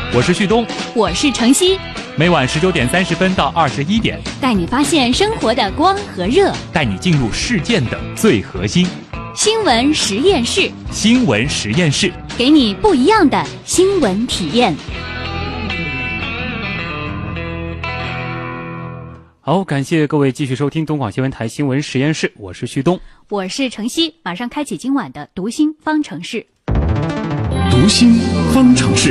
我是旭东， 我是程曦， 每晚19:30到21点， 带你发现生活的光和热， 带你进入事件的最核心。 新闻实验室， 新闻实验室， 给你不一样的新闻体验。 好，感谢各位继续收听东广新闻台新闻实验室，我是旭东， 我是程曦，马上开启今晚的读心方程式。 读心方程式。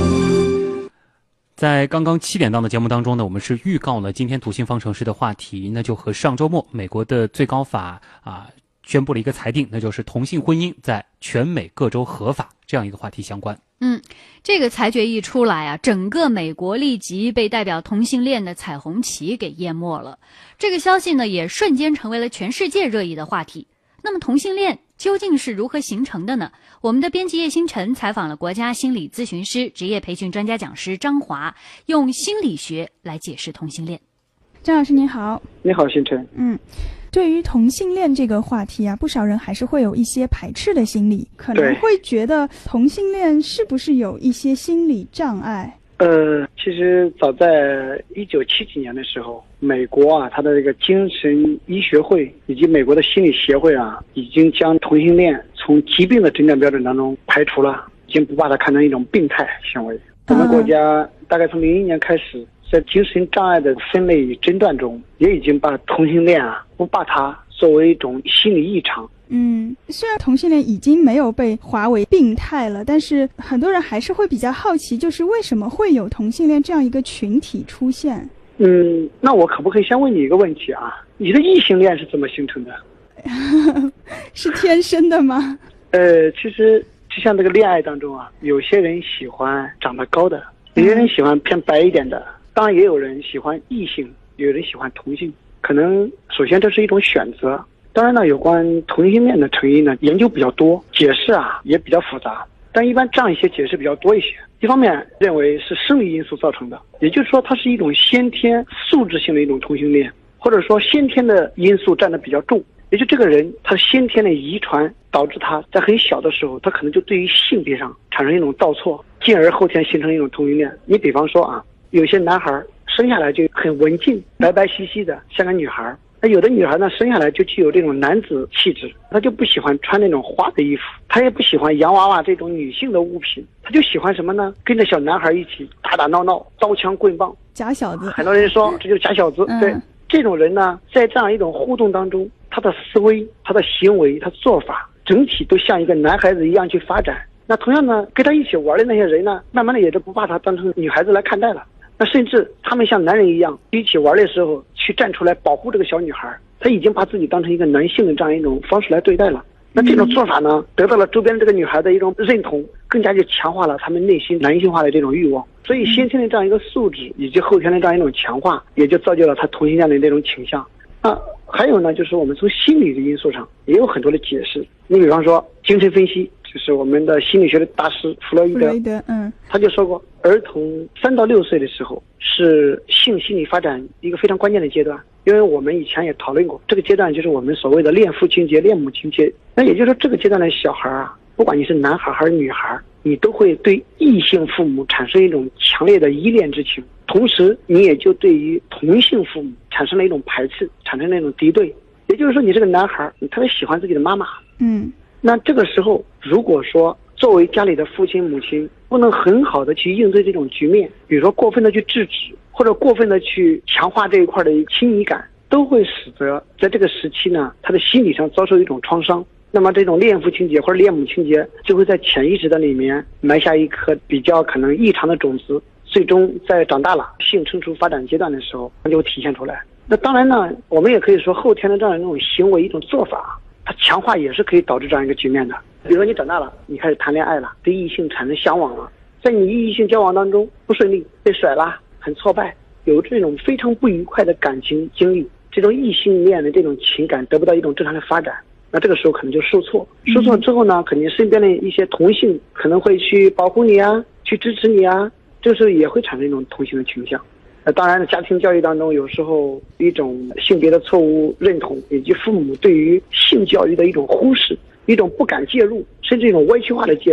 在刚刚7点档的节目当中呢，我们是预告了今天读心方程式的话题，那就和上周末美国的最高法宣布了一个裁定，那就是同性婚姻在全美各州合法这样一个话题相关。 这个裁决一出来啊，整个美国立即被代表同性恋的彩虹旗给淹没了。这个消息呢，也瞬间成为了全世界热议的话题。那么同性恋究竟是如何形成的呢？我们的编辑叶星辰采访了国家心理咨询师、职业培训专家讲师张华，用心理学来解释同性恋。 张老师您好。 你好，星辰。 对于同性恋这个话题啊，不少人还是会有一些排斥的心理，可能会觉得同性恋是不是有一些心理障碍？ 其实早在1970几年的时候，美国啊，它的这个精神医学会以及美国的心理协会啊，已经将同性恋从疾病的诊断标准当中排除了，已经不把它看成一种病态行为。我们国家大概从01年开始，在精神障碍的分类与诊断中，也已经把同性恋啊，不把它作为一种心理异常。 虽然同性恋已经没有被划为病态了，但是很多人还是会比较好奇，就是为什么会有同性恋这样一个群体出现？ 那我可不可以先问你一个问题啊？你的异性恋是怎么形成的？ 是天生的吗？ 其实就像这个恋爱当中啊，有些人喜欢长得高的，有些人喜欢偏白一点的，当然也有人喜欢异性，有人喜欢同性。可能首先这是一种选择。当然呢，有关同性恋的成因呢，研究比较多，解释啊也比较复杂，但一般这样一些解释比较多一些。一方面认为是生理因素造成的，也就是说它是一种先天素质性的一种同性恋，或者说先天的因素占得比较重，也就这个人他先天的遗传导致他在很小的时候，他可能就对于性别上产生一种倒错，进而后天形成一种同性恋。你比方说啊，有些男孩生下来就很文静，白白皙皙的，像个女孩。那有的女孩呢，生下来就具有这种男子气质，她就不喜欢穿那种花的衣服，她也不喜欢洋娃娃这种女性的物品，她就喜欢什么呢？跟着小男孩一起打打闹闹，刀枪棍棒， 假小子。 很多人说这就是假小子。对，这种人呢，在这样一种互动当中，他的思维、他的行为、他做法，整体都像一个男孩子一样去发展。那同样呢，跟他一起玩的那些人呢，慢慢的也就不把他当成女孩子来看待了。那甚至他们像男人一样一起玩的时候去站出来保护这个小女孩，他已经把自己当成一个男性的这样一种方式来对待了。那这种做法呢，得到了周边这个女孩的一种认同，更加就强化了他们内心男性化的这种欲望。所以先天的这样一个素质以及后天的这样一种强化，也就造就了他同性恋的这种倾向。还有呢，就是我们从心理的因素上也有很多的解释。你比方说精神分析，就是我们的心理学的大师弗洛伊德，他就说过，儿童3到6岁的时候是性心理发展一个非常关键的阶段。因为我们以前也讨论过，这个阶段就是我们所谓的恋父情节、恋母情节。那也就是说，这个阶段的小孩啊，不管你是男孩还是女孩，你都会对异性父母产生一种强烈的依恋之情，同时你也就对于同性父母产生了一种排斥，产生了一种敌对。也就是说，你这个男孩，你特别喜欢自己的妈妈。那这个时候，如果说作为家里的父亲母亲不能很好的去应对这种局面，比如说过分的去制止，或者过分的去强化这一块的一个亲密感，都会使得在这个时期呢，他的心理上遭受一种创伤。那么这种恋父情节或者恋母情节就会在潜意识的里面埋下一颗比较可能异常的种子，最终在长大了性成熟发展阶段的时候，它就体现出来。那当然呢，我们也可以说后天的这样一种行为一种做法，它强化也是可以导致这样一个局面的。比如说你长大了，你开始谈恋爱了，对异性产生向往了，在你异性交往当中不顺利，被甩了，很挫败，有这种非常不愉快的感情经历，这种异性恋的这种情感得不到一种正常的发展，那这个时候可能就受挫。受挫之后呢，肯定身边的一些同性可能会去保护你啊，去支持你啊，这个时候也会产生一种同性的倾向。当然家庭教育当中有时候一种性别的错误认同，以及父母对于性教育的一种忽视，一种不敢介入，甚至一种歪曲化的介入，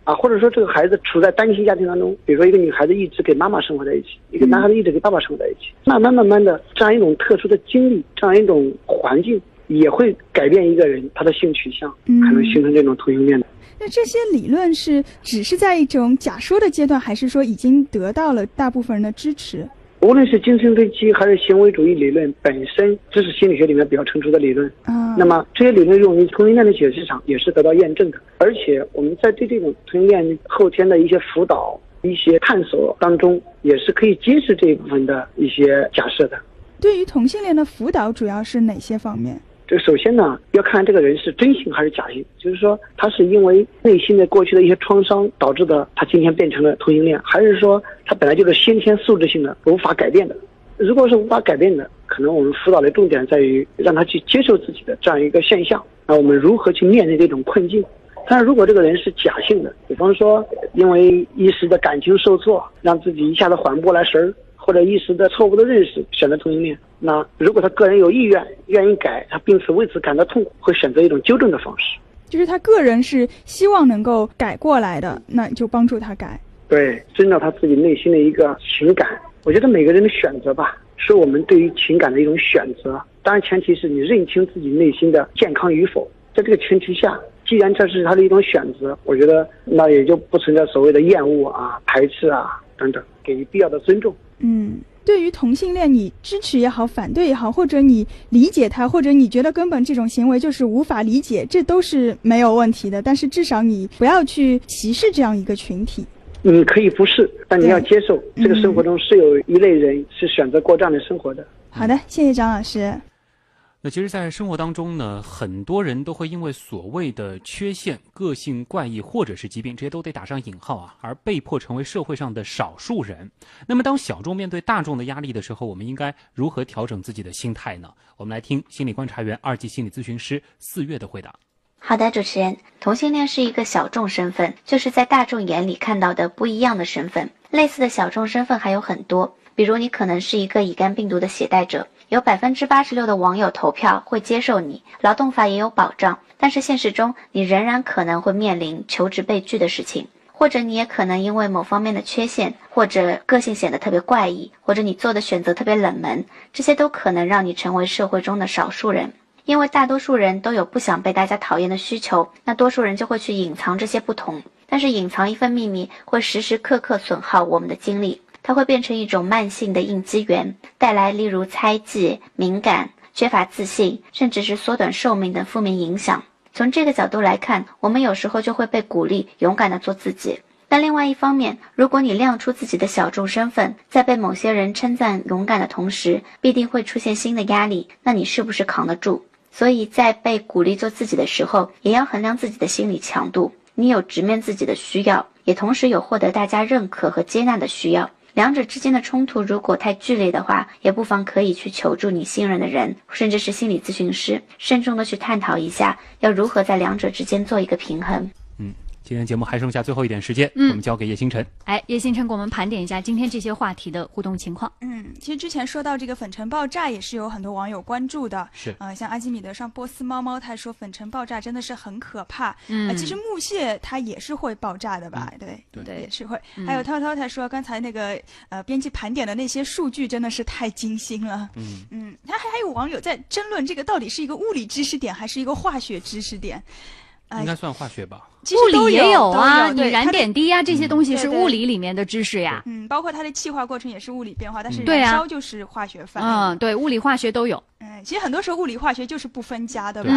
啊，或者说这个孩子处在单亲家庭当中，比如说一个女孩子一直跟妈妈生活在一起，一个男孩子一直跟爸爸生活在一起，慢慢的这样一种特殊的经历，这样一种环境也会改变一个人他的性取向，可能形成这种同性恋的。 那这些理论是只是在一种假说的阶段，还是说已经得到了大部分人的支持？ 无论是精神分析还是行为主义理论本身，这是心理学里面比较成熟的理论。那么这些理论用于同性恋的解释上也是得到验证的。而且我们在对这种同性恋后天的一些辅导、一些探索当中，也是可以揭示这一部分的一些假设的。 对于同性恋的辅导主要是哪些方面？ 这首先呢，要看这个人是真性还是假性，就是说他是因为内心的过去的一些创伤导致的，他今天变成了同性恋，还是说他本来就是先天素质性的无法改变的。如果是无法改变的，可能我们辅导的重点在于让他去接受自己的这样一个现象，那我们如何去面对这种困境。但是如果这个人是假性的，比方说因为一时的感情受挫，让自己一下子缓不过来神儿，或者一时的错误的认识选择同性恋，那如果他个人有意愿愿意改，他并且为此感到痛苦，会选择一种纠正的方式， 就是他个人是希望能够改过来的，那就帮助他改。 对，遵照他自己内心的一个情感。我觉得每个人的选择吧，是我们对于情感的一种选择，当然前提是你认清自己内心的健康与否。在这个前提下，既然这是他的一种选择，我觉得那也就不存在所谓的厌恶啊、排斥啊等等，给予必要的尊重。 对于同性恋，你支持也好，反对也好，或者你理解他，或者你觉得根本这种行为就是无法理解，这都是没有问题的。但是至少你不要去歧视这样一个群体。 你可以不是，但你要接受这个生活中是有一类人是选择过这样的生活的。 好的，谢谢张老师。 那其实在生活当中呢，很多人都会因为所谓的缺陷、个性怪异或者是疾病，这些都得打上引号啊，而被迫成为社会上的少数人。那么当小众面对大众的压力的时候，我们应该如何调整自己的心态呢？我们来听心理观察员、2级心理咨询师4月的回答。 好的，主持人，同性恋是一个小众身份，就是在大众眼里看到的不一样的身份。类似的小众身份还有很多，比如你可能是一个乙肝病毒的携带者，有86%的网友投票会接受你，劳动法也有保障，但是现实中你仍然可能会面临求职被拒的事情。或者你也可能因为某方面的缺陷，或者个性显得特别怪异，或者你做的选择特别冷门，这些都可能让你成为社会中的少数人。因为大多数人都有不想被大家讨厌的需求，那多数人就会去隐藏这些不同。但是隐藏一份秘密会时时刻刻损耗我们的精力，它会变成一种慢性的应激源，带来例如猜忌、敏感、缺乏自信，甚至是缩短寿命等负面影响。从这个角度来看，我们有时候就会被鼓励勇敢地做自己。但另外一方面，如果你亮出自己的小众身份，在被某些人称赞勇敢的同时，必定会出现新的压力，那你是不是扛得住？所以在被鼓励做自己的时候，也要衡量自己的心理强度。你有直面自己的需要，也同时有获得大家认可和接纳的需要。两者之间的冲突如果太剧烈的话，也不妨可以去求助你信任的人，甚至是心理咨询师，慎重的去探讨一下，要如何在两者之间做一个平衡。 今天节目还剩下最后一点时间，我们交给叶星辰。 叶星辰给我们盘点一下今天这些话题的互动情况。 其实之前说到这个粉尘爆炸，也是有很多网友关注的。 是像阿基米德上波斯猫猫，他说粉尘爆炸真的是很可怕。其实木屑它也是会爆炸的吧？对，也是会。还有涛涛他说，刚才那个编辑盘点的那些数据真的是太精心了。他还有网友在争论这个到底是一个物理知识点还是一个化学知识点。 应该算化学吧， 物理也有啊，你燃点滴啊，这些东西是物理里面的知识呀。 包括它的气化过程也是物理变化，但是燃烧就是化学反应。 对，物理化学都有。 其实很多时候物理化学就是不分家的吧。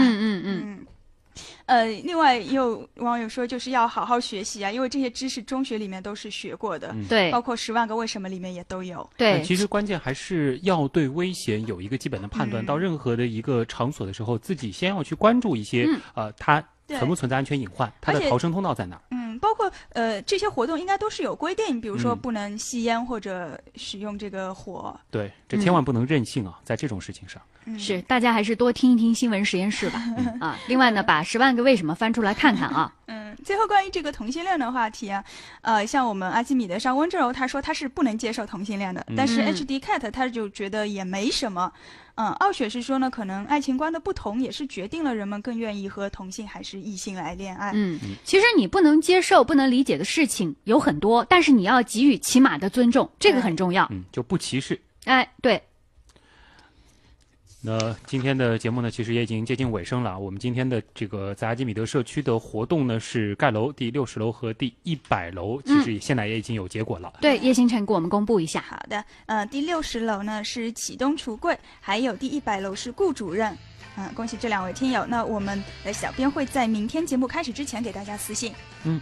另外也有网友说，就是要好好学习啊，因为这些知识中学里面都是学过的。 对， 包括10万个为什么里面也都有。 对， 其实关键还是要对危险有一个基本的判断。到任何的一个场所的时候，自己先要去关注一些它存不存在安全隐患，它的逃生通道在哪儿？ 包括这些活动应该都是有规定，比如说不能吸烟或者使用这个火。 对，这千万不能任性啊，在这种事情上。 是，大家还是多听一听新闻实验室吧。另外呢，把10万个为什么翻出来看看啊。 最后关于这个同性恋的话题啊，像我们阿基米德上温之柔他说他是不能接受同性恋的，但是 HD Cat 他就觉得也没什么。傲雪是说呢，可能爱情观的不同也是决定了人们更愿意和同性还是异性来恋爱。 其实你不能接受、不能理解的事情有很多，但是你要给予起码的尊重，这个很重要。 就不歧视。 哎，对。 那今天的节目呢，其实也已经接近尾声了。我们今天的这个在阿基米德社区的活动呢，是盖楼第60楼和第100楼，其实现在也已经有结果了。 对，叶星辰给我们公布一下。 好的，第60楼呢是启东橱柜，还有第100楼是顾主任。恭喜这2位听友。那我们的小编会在明天节目开始之前给大家私信。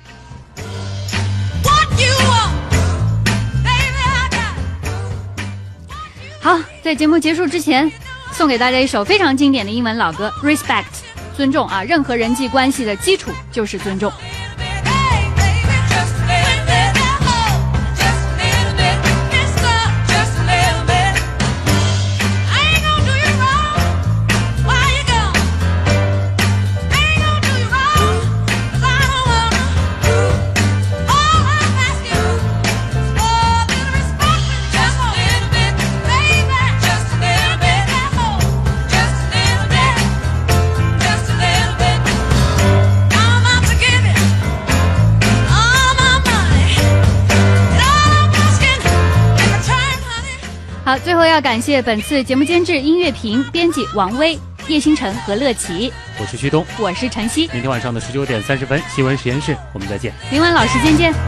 好，在节目结束之前，送给大家一首非常经典的英文老歌 Respect， 尊重啊，任何人际关系的基础就是尊重。好，最后要感谢本次节目监制音乐评、编辑王威、叶星辰和乐琪。 我是旭东， 我是晨曦。 明天晚上的19点30分，新闻实验室，我们再见。 明晚老时间见。